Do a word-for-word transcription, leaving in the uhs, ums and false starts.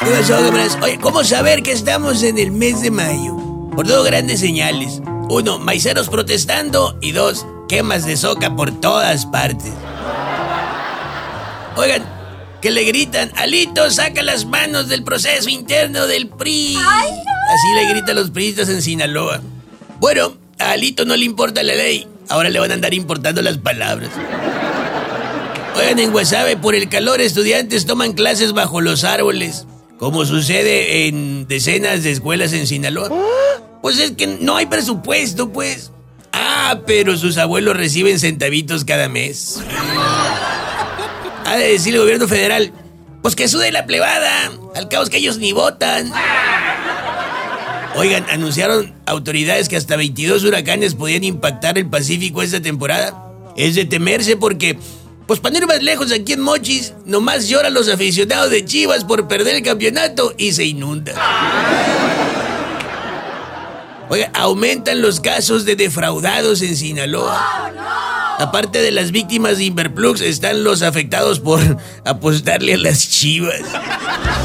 ¿Qué pasó, camaradas? Oye, ¿cómo saber que estamos en el mes de mayo? Por dos grandes señales. Uno, maiceros protestando. Y dos, quemas de soca por todas partes. Oigan, que le gritan, Alito, saca las manos del proceso interno del P R I. Ay, ay. Así le gritan los priistas en Sinaloa. Bueno, a Alito no le importa la ley. Ahora le van a andar importando las palabras. Oigan, en Guasave, por el calor, estudiantes toman clases bajo los árboles, como sucede en decenas de escuelas en Sinaloa. Pues es que no hay presupuesto, pues. Ah, pero sus abuelos reciben centavitos cada mes. Ha de decir el gobierno federal, pues que sude la plebada, al cabo es que ellos ni votan. Oigan, anunciaron autoridades que hasta veintidós huracanes podían impactar el Pacífico esta temporada. Es de temerse porque, pues para no ir más lejos, aquí en Mochis, nomás lloran los aficionados de Chivas por perder el campeonato y se inunda. Oiga, aumentan los casos de defraudados en Sinaloa. Aparte de las víctimas de Inverplux, están los afectados por apostarle a las Chivas.